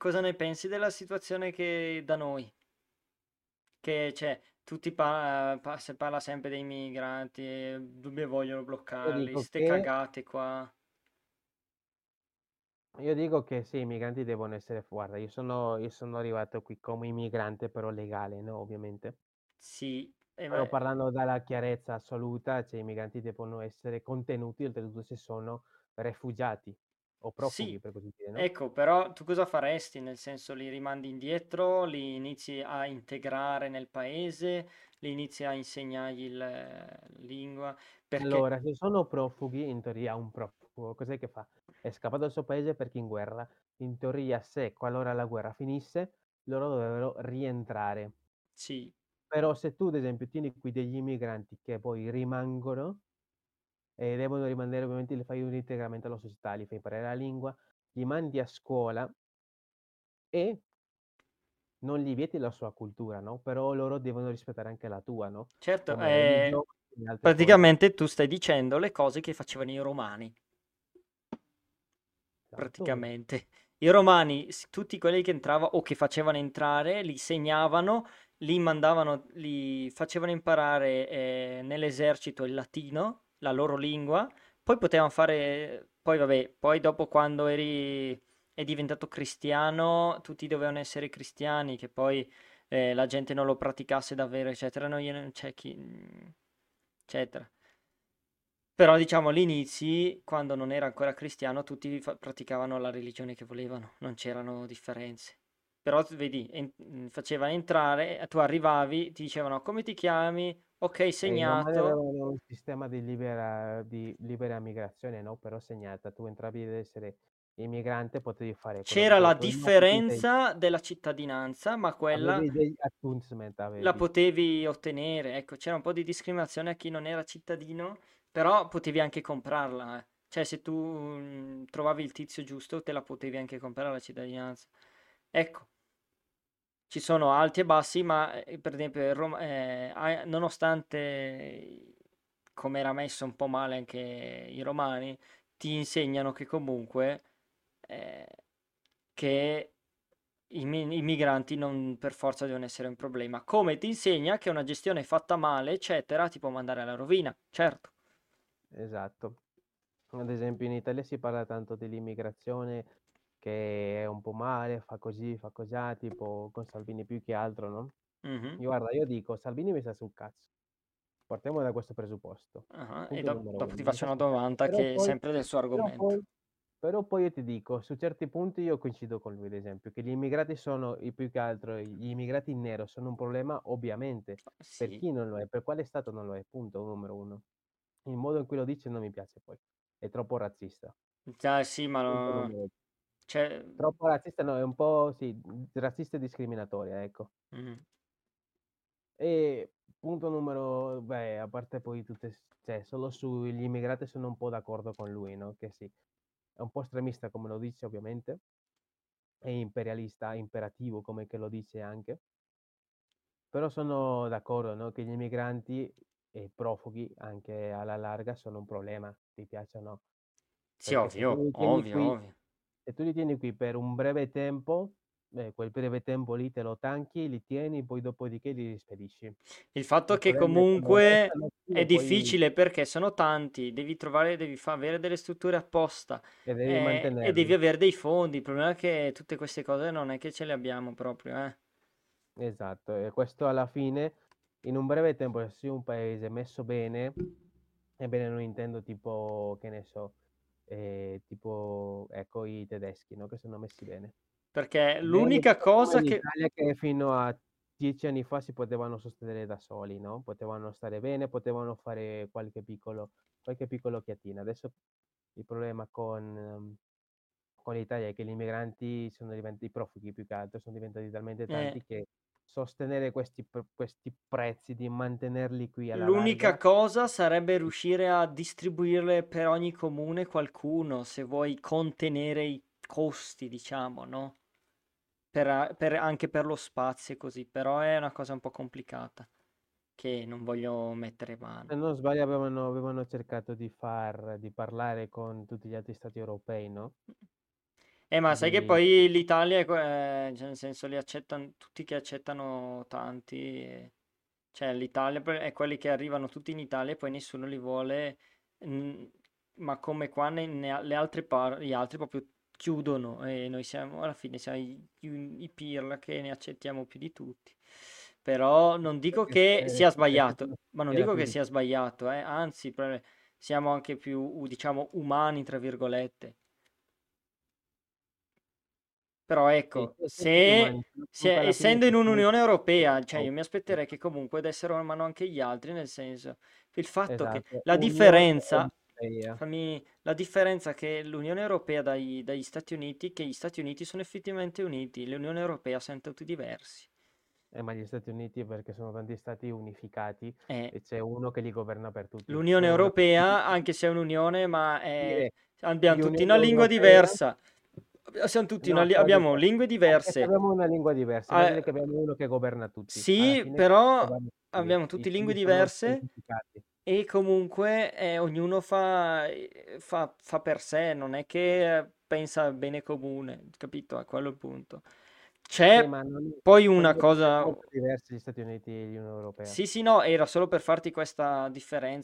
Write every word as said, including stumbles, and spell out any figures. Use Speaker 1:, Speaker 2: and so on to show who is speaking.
Speaker 1: cosa ne pensi della situazione che da noi? Che c'è, tutti pa- pa- si parla sempre dei migranti, e dove vogliono
Speaker 2: Io
Speaker 1: bloccarli,
Speaker 2: dico
Speaker 1: ste
Speaker 2: che,
Speaker 1: cagate qua.
Speaker 2: io dico che sì, i migranti devono essere, guarda, io sono, io sono arrivato qui come immigrante, però legale, no? Ovviamente.
Speaker 1: Sì, eh,
Speaker 2: Però
Speaker 1: beh,
Speaker 2: parlando dalla chiarezza assoluta, cioè i migranti devono essere contenuti, oltretutto se sono rifugiati o
Speaker 1: sì,
Speaker 2: profughi, per così dire, no?
Speaker 1: ecco, però tu cosa faresti? Nel senso li rimandi indietro, li inizi a integrare nel paese, li inizi a insegnargli il lingua, perché
Speaker 2: Allora, se sono profughi, in teoria un profugo, cos'è che fa? È scappato dal suo paese perché in guerra. In teoria, se qualora la guerra finisse, loro dovrebbero rientrare.
Speaker 1: sì,
Speaker 2: Però se tu, ad esempio, tieni qui degli immigranti che poi rimangono e devono rimanere, ovviamente, li fai un integramento alla società, li fai imparare la lingua, li mandi a scuola e non gli vieti la sua cultura, no? Però loro devono rispettare anche la tua, no?
Speaker 1: certo,
Speaker 2: Come
Speaker 1: eh,
Speaker 2: religione e altre cose.
Speaker 1: praticamente tu stai dicendo le cose che facevano i romani.
Speaker 2: Esatto.
Speaker 1: Praticamente. I romani, s- tutti quelli che entravano o che facevano entrare, li segnavano, li mandavano, li facevano imparare eh, nell'esercito il latino, la loro lingua, poi potevano fare, poi vabbè, poi dopo quando eri, è diventato cristiano, tutti dovevano essere cristiani, che poi eh, la gente non lo praticasse davvero, eccetera, non gliene- c'è chi, eccetera. Però diciamo all'inizi, quando non era ancora cristiano, tutti fa- praticavano la religione che volevano, non c'erano differenze. Però tu vedi, en- mh, facevano entrare, e tu arrivavi, ti dicevano come ti chiami? Ok,
Speaker 2: E i romani
Speaker 1: segnato.
Speaker 2: avevano un sistema di libera, di libera migrazione, no? Però segnata, tu entravi ad essere immigrante, potevi fare quello che
Speaker 1: C'era
Speaker 2: vuoi,
Speaker 1: la
Speaker 2: però non avevi dei,
Speaker 1: differenza della cittadinanza, ma quella
Speaker 2: avevi degli attachment,
Speaker 1: la
Speaker 2: avevi.
Speaker 1: potevi ottenere. Ecco, c'era un po' di discriminazione a chi non era cittadino, però potevi anche comprarla. eh. Cioè, se tu mh, trovavi il tizio giusto, te la potevi anche comprare la cittadinanza. Ecco, ci sono alti e bassi, ma eh, per esempio, il Rom- eh, a- nonostante come era messo un po' male anche i romani, ti insegnano che comunque eh, che i, mi- i migranti non per forza devono essere un problema. Come ti insegna che una gestione fatta male, eccetera, ti può mandare alla rovina, certo.
Speaker 2: Esatto. Ad esempio in Italia si parla tanto dell'immigrazione che è un po' male, fa così, fa così, tipo con Salvini più che altro, no?
Speaker 1: Mhm.
Speaker 2: Guarda, io dico, Salvini mi sta sul cazzo. Partiamo da questo presupposto.
Speaker 1: Ah, e
Speaker 2: Punto
Speaker 1: do-
Speaker 2: numero
Speaker 1: dopo
Speaker 2: uno,
Speaker 1: ti
Speaker 2: mi
Speaker 1: faccio
Speaker 2: sta
Speaker 1: una
Speaker 2: sul cazzo.
Speaker 1: domanda
Speaker 2: Però
Speaker 1: che è
Speaker 2: poi,
Speaker 1: sempre del suo
Speaker 2: però
Speaker 1: argomento.
Speaker 2: poi, però poi io ti dico, su certi punti io coincido con lui, ad esempio, che gli immigrati sono, i più che altro, gli immigrati in nero sono un problema, ovviamente. Per
Speaker 1: Sì,
Speaker 2: chi non lo è, per quale stato non lo è, punto numero uno. Il modo in cui lo dice non mi piace poi, è troppo razzista.
Speaker 1: già sì, ma
Speaker 2: Punto
Speaker 1: no-
Speaker 2: numero due.
Speaker 1: cioè,
Speaker 2: Troppo razzista, no, è un po', sì, razzista e discriminatoria, ecco.
Speaker 1: mhm.
Speaker 2: E punto numero, beh, a parte poi tutte, cioè, solo sugli immigrati sono un po' d'accordo con lui, no? Che sì, è un po' estremista come lo dice ovviamente, è imperialista, imperativo come che lo dice anche, però sono d'accordo, no? Che gli immigranti e profughi anche alla larga sono un problema, ti piace o no?
Speaker 1: Sì,
Speaker 2: Perché se tu
Speaker 1: ovvio,
Speaker 2: li tieni
Speaker 1: ovvio,
Speaker 2: qui,
Speaker 1: ovvio.
Speaker 2: se tu li tieni qui per un breve tempo, eh, quel breve tempo lì te lo tanchi, li tieni, poi dopodiché li rispedisci.
Speaker 1: Il fatto è
Speaker 2: Il
Speaker 1: che
Speaker 2: problema è quando
Speaker 1: comunque
Speaker 2: restano qui
Speaker 1: è
Speaker 2: e poi
Speaker 1: difficile perché sono tanti, devi trovare, devi fa- avere delle strutture apposta
Speaker 2: e devi
Speaker 1: eh, e devi
Speaker 2: mantenerli.
Speaker 1: avere dei fondi. Il problema è che tutte queste cose non è che ce le abbiamo proprio, eh.
Speaker 2: Esatto, e questo alla fine, in un breve tempo, se sei un paese messo bene, ebbene non intendo tipo, che ne so, eh, tipo, ecco, i tedeschi, no? Che sono messi bene.
Speaker 1: Perché
Speaker 2: Bene,
Speaker 1: l'unica
Speaker 2: tipo come
Speaker 1: cosa che...
Speaker 2: l'Italia che fino a dieci anni fa si potevano sostenere da soli, no? Potevano stare bene, potevano fare qualche piccolo, qualche piccolo occhiatino. Adesso il problema con, ehm, con l'Italia è che gli immigranti sono diventati, i profughi più che altro, sono diventati talmente
Speaker 1: eh,
Speaker 2: tanti che sostenere questi, pre- questi prezzi, di mantenerli qui alla
Speaker 1: l'unica
Speaker 2: larga,
Speaker 1: cosa sarebbe riuscire a distribuirle per ogni comune qualcuno, se vuoi contenere i costi, diciamo, no? Per a- per- anche per lo spazio e così, però è una cosa un po' complicata che non voglio mettere mano.
Speaker 2: se non sbaglio avevano, avevano cercato di far, di parlare con tutti gli altri stati europei, no?
Speaker 1: Eh, ma sai che
Speaker 2: di...
Speaker 1: poi l'Italia è, que- eh, cioè nel senso li accettano tutti che accettano tanti, e- cioè l'Italia per- è quelli che arrivano tutti in Italia e poi nessuno li vuole, mm, ma come qua ne- ne- le altre par- gli altri proprio chiudono e noi siamo alla fine siamo i, i, i pirla che ne accettiamo più di tutti. Però non dico
Speaker 2: perché
Speaker 1: che
Speaker 2: se-
Speaker 1: sia
Speaker 2: perché
Speaker 1: sbagliato,
Speaker 2: sono
Speaker 1: ma non dico che
Speaker 2: schierati.
Speaker 1: sia sbagliato, eh, anzi, pre- siamo anche più, diciamo, umani, tra virgolette. Però
Speaker 2: Sì,
Speaker 1: ecco,
Speaker 2: sì, siamo tutti
Speaker 1: se,
Speaker 2: umani, però
Speaker 1: se-
Speaker 2: comunque alla fine
Speaker 1: essendo in
Speaker 2: effettivamente
Speaker 1: un'Unione Europea, cioè io
Speaker 2: oh,
Speaker 1: mi
Speaker 2: sì,
Speaker 1: aspetterei che comunque dessero una mano anche gli altri, nel senso, il fatto che
Speaker 2: esatto,
Speaker 1: la
Speaker 2: Unione
Speaker 1: differenza,
Speaker 2: Europea.
Speaker 1: fammi, la differenza che l'Unione Europea dai- dagli Stati Uniti, che gli Stati Uniti sono effettivamente uniti, l'Unione Europea sono tutti diversi.
Speaker 2: Eh, ma gli Stati Uniti perché sono tanti stati unificati
Speaker 1: Eh,
Speaker 2: e c'è uno che li governa per tutti.
Speaker 1: L'Unione
Speaker 2: Sono una
Speaker 1: Europea, anche se è un'unione, ma è-
Speaker 2: dire
Speaker 1: abbiamo tutti
Speaker 2: Unione
Speaker 1: una lingua
Speaker 2: Europea,
Speaker 1: diversa. Siamo tutti una
Speaker 2: no,
Speaker 1: li-
Speaker 2: però
Speaker 1: abbiamo
Speaker 2: dico,
Speaker 1: lingue
Speaker 2: anche se
Speaker 1: diverse.
Speaker 2: abbiamo una lingua diversa, vuol
Speaker 1: Eh,
Speaker 2: dire che abbiamo uno che governa tutti. Alla
Speaker 1: sì,
Speaker 2: fine
Speaker 1: però
Speaker 2: governa tutti
Speaker 1: abbiamo
Speaker 2: e
Speaker 1: tutti lingue
Speaker 2: quindi sono
Speaker 1: diverse
Speaker 2: unificati.
Speaker 1: e comunque eh, ognuno fa, fa- fa per sé, non è che eh, pensa al bene comune, capito? A quello è il punto.
Speaker 2: Sì,
Speaker 1: C'è
Speaker 2: ma non,
Speaker 1: poi
Speaker 2: sono
Speaker 1: una
Speaker 2: due cose
Speaker 1: cosa,
Speaker 2: molto diverse gli Stati Uniti e l'Unione Europea.
Speaker 1: sì, sì, no, era solo per farti questa differenza.